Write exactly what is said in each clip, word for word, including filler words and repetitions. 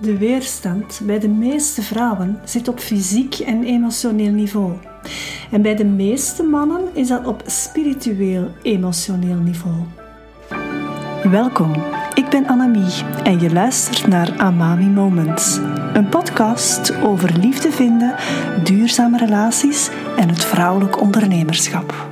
De weerstand bij de meeste vrouwen zit op fysiek en emotioneel niveau. En bij de meeste mannen is dat op spiritueel-emotioneel niveau. Welkom, ik ben Annemie en je luistert naar Amami Moments. Een podcast over liefde vinden, duurzame relaties en het vrouwelijk ondernemerschap.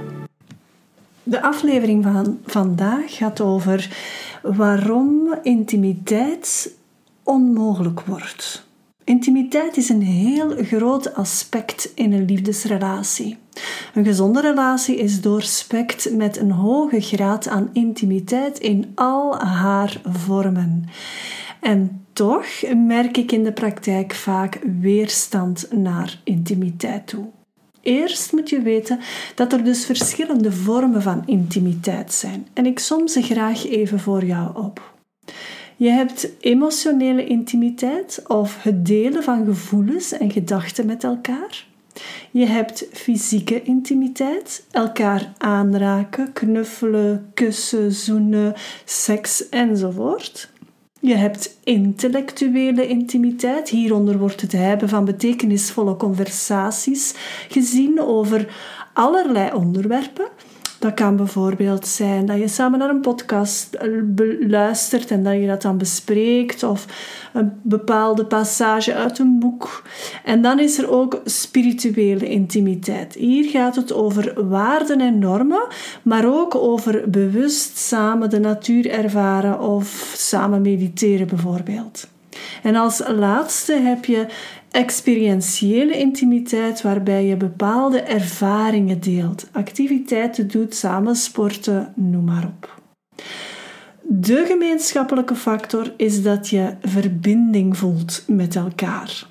De aflevering van vandaag gaat over waarom intimiteit onmogelijk wordt. Intimiteit is een heel groot aspect in een liefdesrelatie. Een gezonde relatie is doorspekt met een hoge graad aan intimiteit in al haar vormen. En toch merk ik in de praktijk vaak weerstand naar intimiteit toe. Eerst moet je weten dat er dus verschillende vormen van intimiteit zijn. En ik som ze graag even voor jou op. Je hebt emotionele intimiteit of het delen van gevoelens en gedachten met elkaar. Je hebt fysieke intimiteit, elkaar aanraken, knuffelen, kussen, zoenen, seks enzovoort. Je hebt intellectuele intimiteit. Hieronder wordt het hebben van betekenisvolle conversaties gezien over allerlei onderwerpen. Dat kan bijvoorbeeld zijn dat je samen naar een podcast luistert en dat je dat dan bespreekt, of een bepaalde passage uit een boek. En dan is er ook spirituele intimiteit. Hier gaat het over waarden en normen, maar ook over bewust samen de natuur ervaren of samen mediteren bijvoorbeeld. En als laatste heb je experientiële intimiteit, waarbij je bepaalde ervaringen deelt, activiteiten doet, samen sporten, noem maar op. De gemeenschappelijke factor is dat je verbinding voelt met elkaar.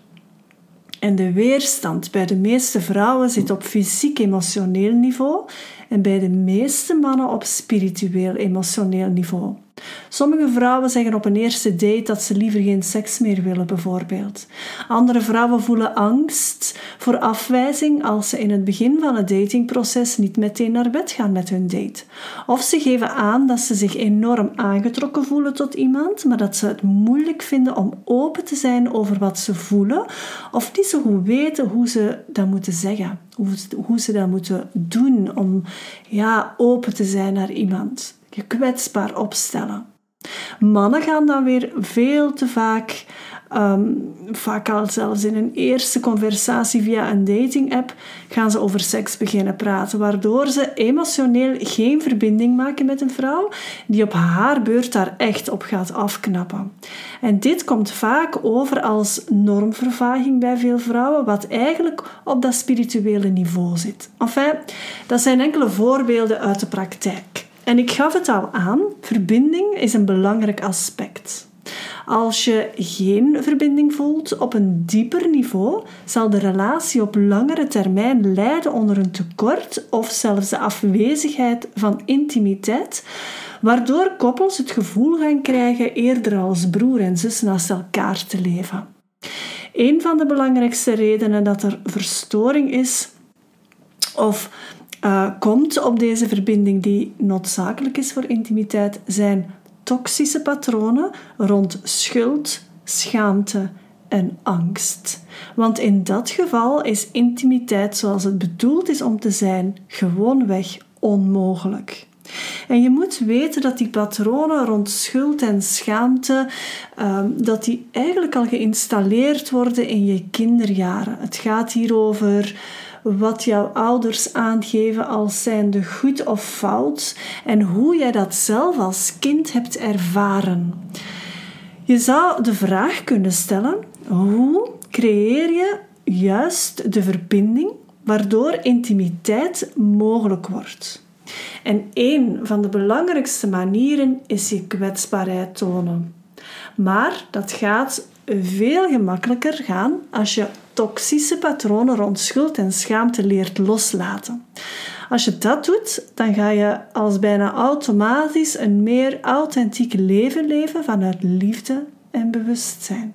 En de weerstand bij de meeste vrouwen zit op fysiek-emotioneel niveau en bij de meeste mannen op spiritueel-emotioneel niveau. Sommige vrouwen zeggen op een eerste date dat ze liever geen seks meer willen, bijvoorbeeld. Andere vrouwen voelen angst voor afwijzing als ze in het begin van het datingproces niet meteen naar bed gaan met hun date. Of ze geven aan dat ze zich enorm aangetrokken voelen tot iemand, maar dat ze het moeilijk vinden om open te zijn over wat ze voelen, of niet zo goed weten hoe ze dat moeten zeggen, hoe ze, hoe ze dat moeten doen om ja, open te zijn naar iemand. Je kwetsbaar opstellen. Mannen gaan dan weer veel te vaak, um, vaak al zelfs in een eerste conversatie via een dating-app, gaan ze over seks beginnen praten, waardoor ze emotioneel geen verbinding maken met een vrouw die op haar beurt daar echt op gaat afknappen. En dit komt vaak over als normvervaging bij veel vrouwen, wat eigenlijk op dat spirituele niveau zit. Enfin, dat zijn enkele voorbeelden uit de praktijk. En ik gaf het al aan, verbinding is een belangrijk aspect. Als je geen verbinding voelt op een dieper niveau, zal de relatie op langere termijn lijden onder een tekort of zelfs de afwezigheid van intimiteit, waardoor koppels het gevoel gaan krijgen eerder als broer en zus naast elkaar te leven. Een van de belangrijkste redenen dat er verstoring is of Uh, komt op deze verbinding die noodzakelijk is voor intimiteit, zijn toxische patronen rond schuld, schaamte en angst. Want in dat geval is intimiteit zoals het bedoeld is om te zijn gewoonweg onmogelijk. En je moet weten dat die patronen rond schuld en schaamte, um, dat die eigenlijk al geïnstalleerd worden in je kinderjaren. Het gaat hier over wat jouw ouders aangeven als zijnde goed of fout en hoe jij dat zelf als kind hebt ervaren. Je zou de vraag kunnen stellen: hoe creëer je juist de verbinding waardoor intimiteit mogelijk wordt? En een van de belangrijkste manieren is je kwetsbaarheid tonen. Maar dat gaat veel gemakkelijker gaan als je toxische patronen rond schuld en schaamte leert loslaten. Als je dat doet, dan ga je als bijna automatisch een meer authentiek leven leven vanuit liefde en bewustzijn.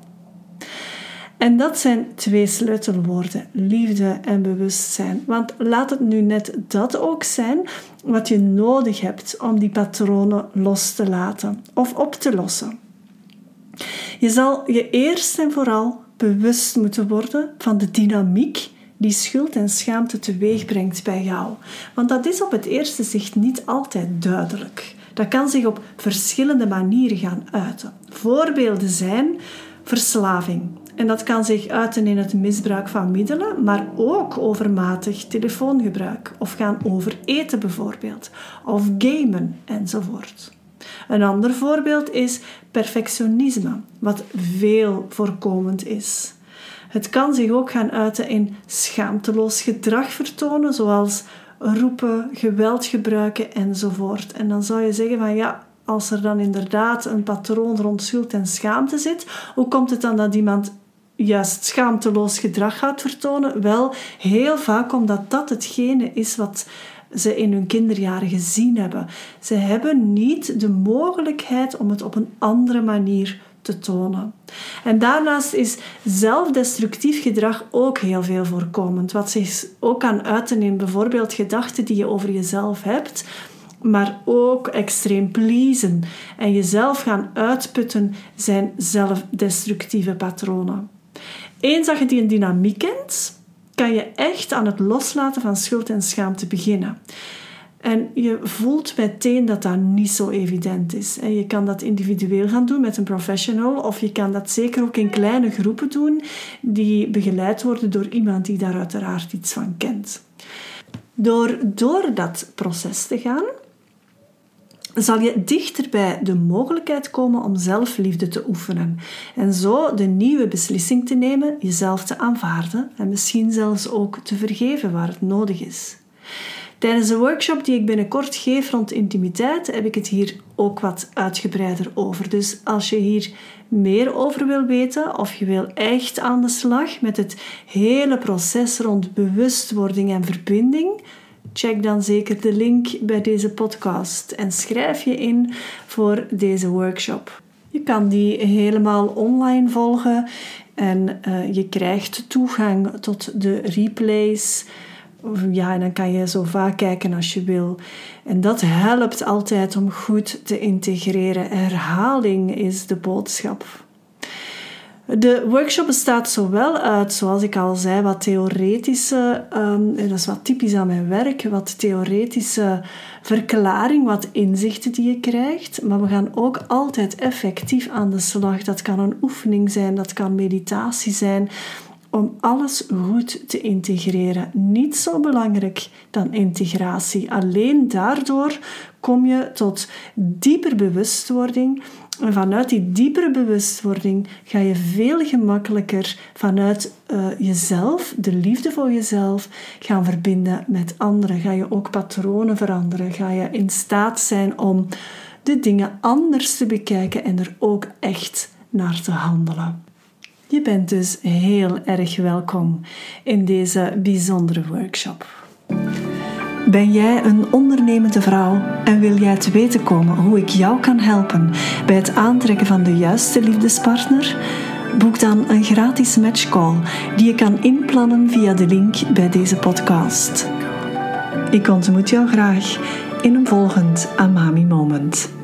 En dat zijn twee sleutelwoorden, liefde en bewustzijn. Want laat het nu net dat ook zijn wat je nodig hebt om die patronen los te laten of op te lossen. Je zal je eerst en vooral bewust moeten worden van de dynamiek die schuld en schaamte teweeg brengt bij jou. Want dat is op het eerste zicht niet altijd duidelijk. Dat kan zich op verschillende manieren gaan uiten. Voorbeelden zijn verslaving. En dat kan zich uiten in het misbruik van middelen, maar ook overmatig telefoongebruik. Of gaan overeten bijvoorbeeld. Of gamen enzovoort. Een ander voorbeeld is perfectionisme, wat veel voorkomend is. Het kan zich ook gaan uiten in schaamteloos gedrag vertonen, zoals roepen, geweld gebruiken enzovoort. En dan zou je zeggen van ja, als er dan inderdaad een patroon rond schuld en schaamte zit, hoe komt het dan dat iemand juist schaamteloos gedrag gaat vertonen? Wel, heel vaak omdat dat hetgene is wat ze in hun kinderjaren gezien hebben. Ze hebben niet de mogelijkheid om het op een andere manier te tonen. En daarnaast is zelfdestructief gedrag ook heel veel voorkomend, wat zich ook kan uiten in bijvoorbeeld gedachten die je over jezelf hebt, maar ook extreem pleasen en jezelf gaan uitputten zijn zelfdestructieve patronen. Eens dat je die een dynamiek kent, kan je echt aan het loslaten van schuld en schaamte beginnen. En je voelt meteen dat dat niet zo evident is. En je kan dat individueel gaan doen met een professional, of je kan dat zeker ook in kleine groepen doen die begeleid worden door iemand die daar uiteraard iets van kent. Door door dat proces te gaan, zal je dichter bij de mogelijkheid komen om zelfliefde te oefenen. En zo de nieuwe beslissing te nemen, jezelf te aanvaarden en misschien zelfs ook te vergeven waar het nodig is. Tijdens de workshop die ik binnenkort geef rond intimiteit heb ik het hier ook wat uitgebreider over. Dus als je hier meer over wil weten of je wil echt aan de slag met het hele proces rond bewustwording en verbinding, check dan zeker de link bij deze podcast en schrijf je in voor deze workshop. Je kan die helemaal online volgen en uh, je krijgt toegang tot de replays. Ja, en dan kan je zo vaak kijken als je wil. En dat helpt altijd om goed te integreren. Herhaling is de boodschap. De workshop bestaat zowel uit, zoals ik al zei, wat theoretische, um, dat is wat typisch aan mijn werk, wat theoretische verklaring, wat inzichten die je krijgt. Maar we gaan ook altijd effectief aan de slag. Dat kan een oefening zijn, dat kan meditatie zijn, om alles goed te integreren. Niet zo belangrijk dan integratie. Alleen daardoor kom je tot dieper bewustwording. En vanuit die diepere bewustwording ga je veel gemakkelijker vanuit uh, jezelf, de liefde voor jezelf, gaan verbinden met anderen. Ga je ook patronen veranderen. Ga je in staat zijn om de dingen anders te bekijken en er ook echt naar te handelen. Je bent dus heel erg welkom in deze bijzondere workshop. Ben jij een ondernemende vrouw en wil jij te weten komen hoe ik jou kan helpen bij het aantrekken van de juiste liefdespartner? Boek dan een gratis matchcall die je kan inplannen via de link bij deze podcast. Ik ontmoet jou graag in een volgend Amami Moment.